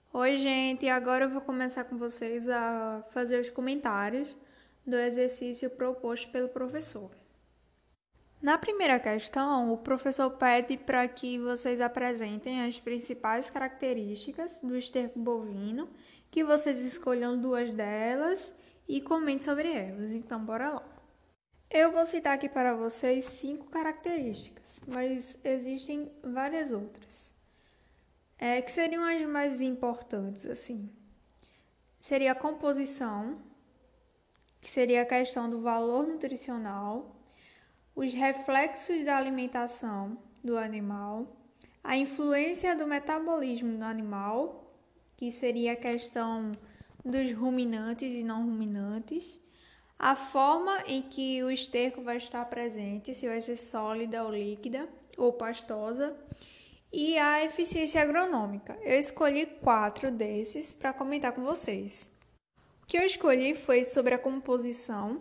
Oi, gente. Agora eu vou começar com vocês a fazer os comentários do exercício proposto pelo professor. Na primeira questão, o professor pede para que vocês apresentem as principais características do esterco bovino, que vocês escolham duas delas e comentem sobre elas. Então, bora lá. Eu vou citar aqui para vocês 5 características, mas existem várias outras. Que seriam as mais importantes, assim. Seria a composição, que seria a questão do valor nutricional, os reflexos da alimentação do animal, a influência do metabolismo no animal, que seria a questão dos ruminantes e não ruminantes, a forma em que o esterco vai estar presente, se vai ser sólida ou líquida ou pastosa, e a eficiência agronômica. Eu escolhi 4 desses para comentar com vocês. O que eu escolhi foi sobre a composição.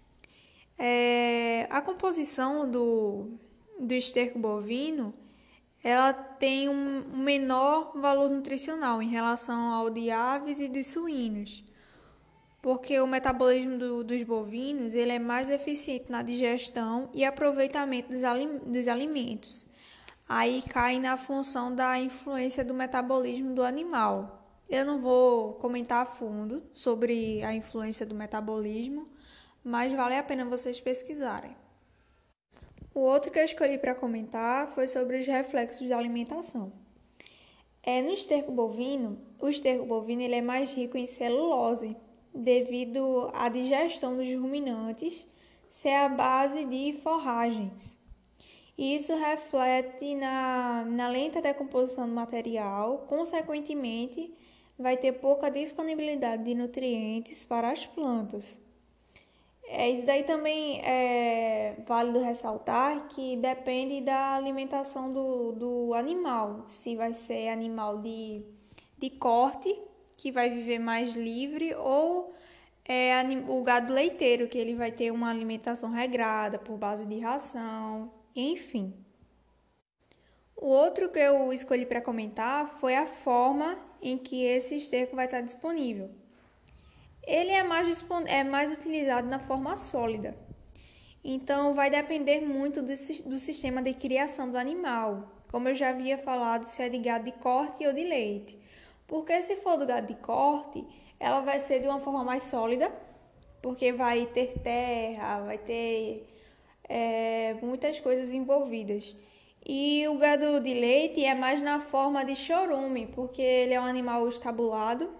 A composição do esterco bovino, ela tem um menor valor nutricional em relação ao de aves e de suínos, porque o metabolismo dos bovinos ele é mais eficiente na digestão e aproveitamento dos alimentos. Aí cai na função da influência do metabolismo do animal. Eu não vou comentar a fundo sobre a influência do metabolismo, mas vale a pena vocês pesquisarem. O outro que eu escolhi para comentar foi sobre os reflexos da alimentação. No esterco bovino, o esterco bovino ele é mais rico em celulose, devido à digestão dos ruminantes ser a base de forragens. E isso reflete na lenta decomposição do material, consequentemente, vai ter pouca disponibilidade de nutrientes para as plantas. Isso daí também é válido ressaltar que depende da alimentação do animal, se vai ser animal de corte, que vai viver mais livre, ou o gado leiteiro, que ele vai ter uma alimentação regrada por base de ração, enfim. O outro que eu escolhi para comentar foi a forma em que esse esterco vai estar disponível. Ele é mais utilizado na forma sólida, então vai depender muito do sistema de criação do animal, como eu já havia falado, se é de gado de corte ou de leite. Porque se for do gado de corte, ela vai ser de uma forma mais sólida, porque vai ter terra, vai ter muitas coisas envolvidas. E o gado de leite é mais na forma de chorume, porque ele é um animal estabulado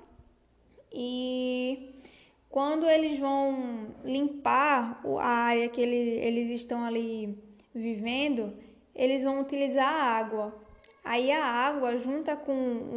e quando eles vão limpar a área que eles estão ali vivendo, eles vão utilizar a água. Aí a água junta com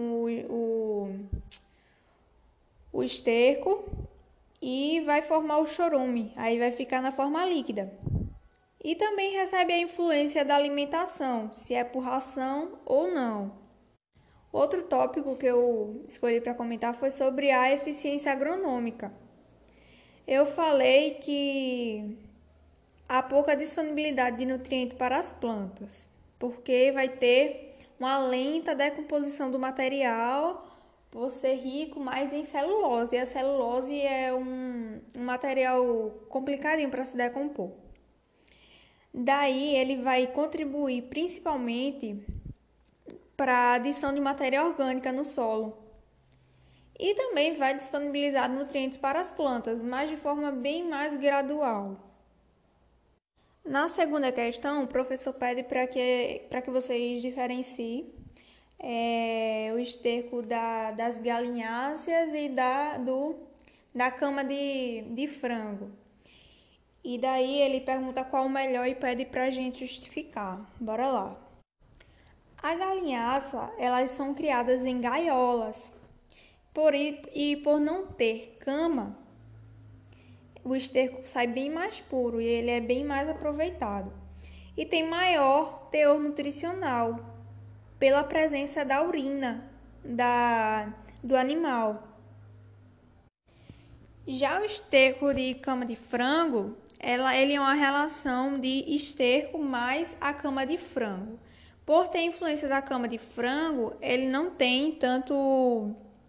o esterco e vai formar o chorume. Aí vai ficar na forma líquida. E também recebe a influência da alimentação, se é por ração ou não. Outro tópico que eu escolhi para comentar foi sobre a eficiência agronômica. Eu falei que há pouca disponibilidade de nutrientes para as plantas, porque vai ter uma lenta decomposição do material por ser rico mais em celulose. E a celulose é um material complicadinho para se decompor. Daí ele vai contribuir principalmente para a adição de matéria orgânica no solo. E também vai disponibilizar nutrientes para as plantas, mas de forma bem mais gradual. Na segunda questão, o professor pede para que vocês diferenciem o esterco das galinháceas e da cama de frango. E daí ele pergunta qual o melhor e pede para a gente justificar. Bora lá. A galinhaça, elas são criadas em gaiolas. Por não ter cama, o esterco sai bem mais puro e ele é bem mais aproveitado. E tem maior teor nutricional pela presença da urina do animal. Já o esterco de cama de frango, ele é uma relação de esterco mais a cama de frango. Por ter influência da cama de frango, ele não tem tanto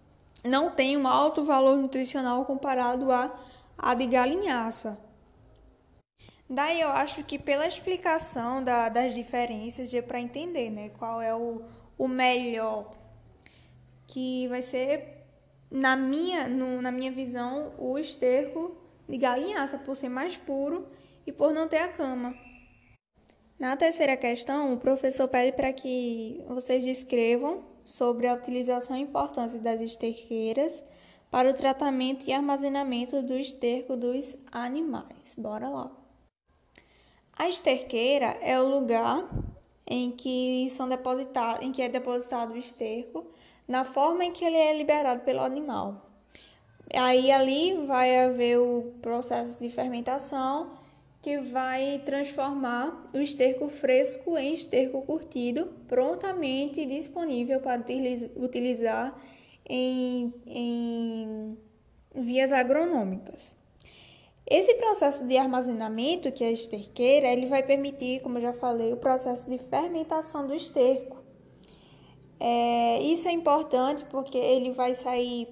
não tem um alto valor nutricional comparado a de galinhaça. Daí eu acho que pela explicação das diferenças deu para entender, né, qual é o melhor, que vai ser, na minha visão, o esterco de galinhaça, por ser mais puro e por não ter a cama. Na terceira questão, o professor pede para que vocês descrevam sobre a utilização e importância das esterqueiras para o tratamento e armazenamento do esterco dos animais. Bora lá. A esterqueira é o lugar em que é depositado o esterco, na forma em que ele é liberado pelo animal. Aí ali vai haver o processo de fermentação que vai transformar o esterco fresco em esterco curtido, prontamente disponível para utilizar em vias agronômicas. Esse processo de armazenamento, que é a esterqueira, ele vai permitir, como eu já falei, o processo de fermentação do esterco. Isso é importante porque ele vai sair,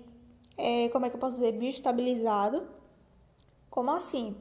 bioestabilizado. Como assim?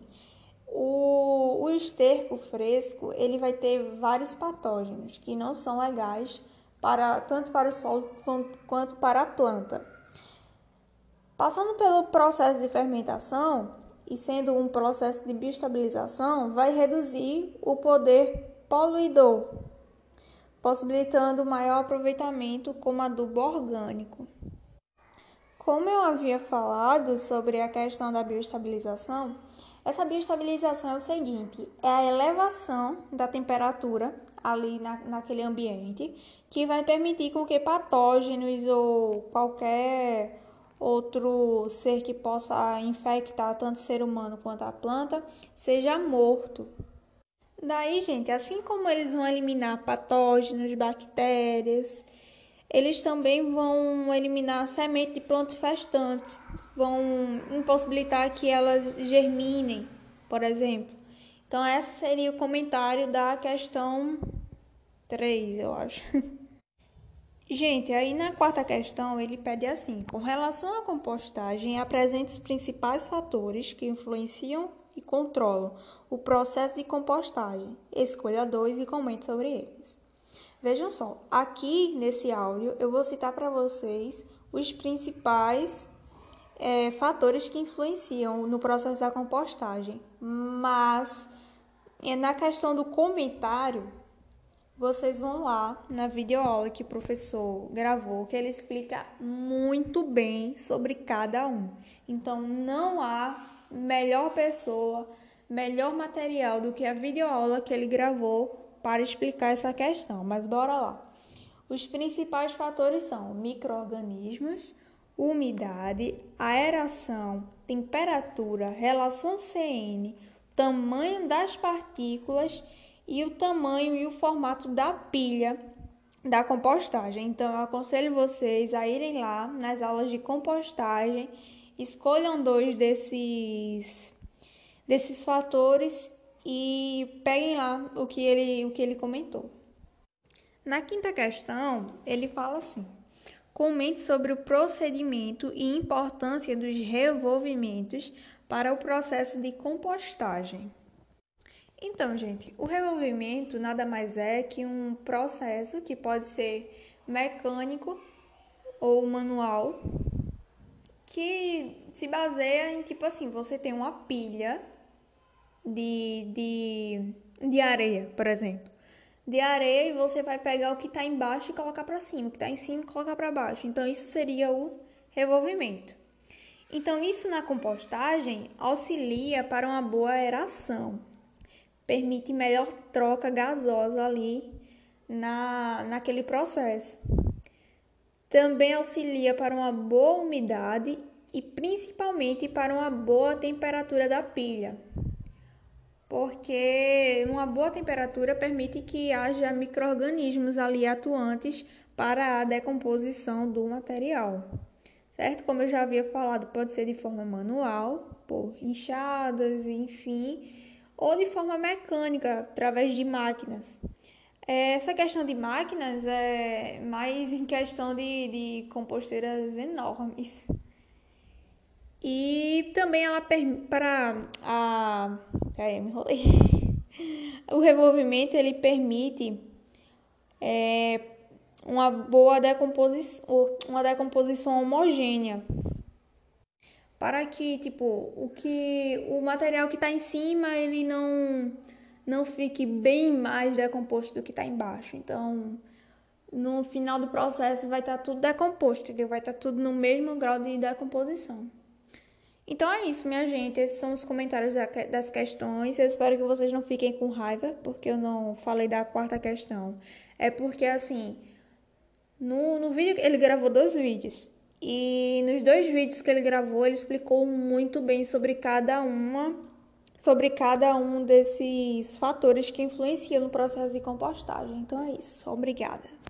O esterco fresco, ele vai ter vários patógenos que não são legais tanto para o solo quanto para a planta. Passando pelo processo de fermentação e sendo um processo de bioestabilização, vai reduzir o poder poluidor, possibilitando maior aproveitamento como adubo orgânico. Como eu havia falado sobre a questão da bioestabilização, essa bioestabilização é o seguinte, é a elevação da temperatura ali naquele ambiente, que vai permitir com que patógenos ou qualquer outro ser que possa infectar tanto o ser humano quanto a planta seja morto. Daí, gente, assim como eles vão eliminar patógenos, bactérias, eles também vão eliminar semente de plantas infestantes, vão impossibilitar que elas germinem, por exemplo. Então, esse seria o comentário da questão 3, eu acho. Gente, aí na quarta questão ele pede assim: com relação à compostagem, apresente os principais fatores que influenciam e controlam o processo de compostagem. Escolha 2 e comente sobre eles. Vejam só, aqui nesse áudio eu vou citar para vocês os principais fatores que influenciam no processo da compostagem, mas na questão do comentário, vocês vão lá na videoaula que o professor gravou, que ele explica muito bem sobre cada um. Então, não há melhor pessoa, melhor material do que a videoaula que ele gravou para explicar essa questão. Mas bora lá. Os principais fatores são micro-organismos, umidade, aeração, temperatura, relação CN, tamanho das partículas e o tamanho e o formato da pilha da compostagem. Então, eu aconselho vocês a irem lá nas aulas de compostagem, escolham 2 desses fatores e peguem lá o que ele comentou. Na quinta questão, ele fala assim: comente sobre o procedimento e importância dos revolvimentos para o processo de compostagem. Então, gente, o revolvimento nada mais é que um processo que pode ser mecânico ou manual, que se baseia em, tipo assim, você tem uma pilha de areia, por exemplo. De areia e você vai pegar o que está embaixo e colocar para cima, o que está em cima e colocar para baixo. Então, isso seria o revolvimento. Então, isso na compostagem auxilia para uma boa aeração, permite melhor troca gasosa ali naquele processo. Também auxilia para uma boa umidade e principalmente para uma boa temperatura da pilha, porque uma boa temperatura permite que haja micro-organismos ali atuantes para a decomposição do material, certo? Como eu já havia falado, pode ser de forma manual, por enxadas, enfim, ou de forma mecânica, através de máquinas. Essa questão de máquinas é mais em questão de composteiras enormes. E também ela para a. Peraí, me enrolei. O revolvimento ele permite uma decomposição homogênea para que tipo o material que está em cima ele não fique bem mais decomposto do que está embaixo. Então, no final do processo vai estar tudo decomposto, ele vai estar tudo no mesmo grau de decomposição. Então é isso, minha gente. Esses são os comentários das questões. Eu espero que vocês não fiquem com raiva, porque eu não falei da quarta questão. É porque, assim, no vídeo, ele gravou 2 vídeos. E nos 2 vídeos que ele gravou, ele explicou muito bem sobre cada um desses fatores que influenciam no processo de compostagem. Então é isso. Obrigada.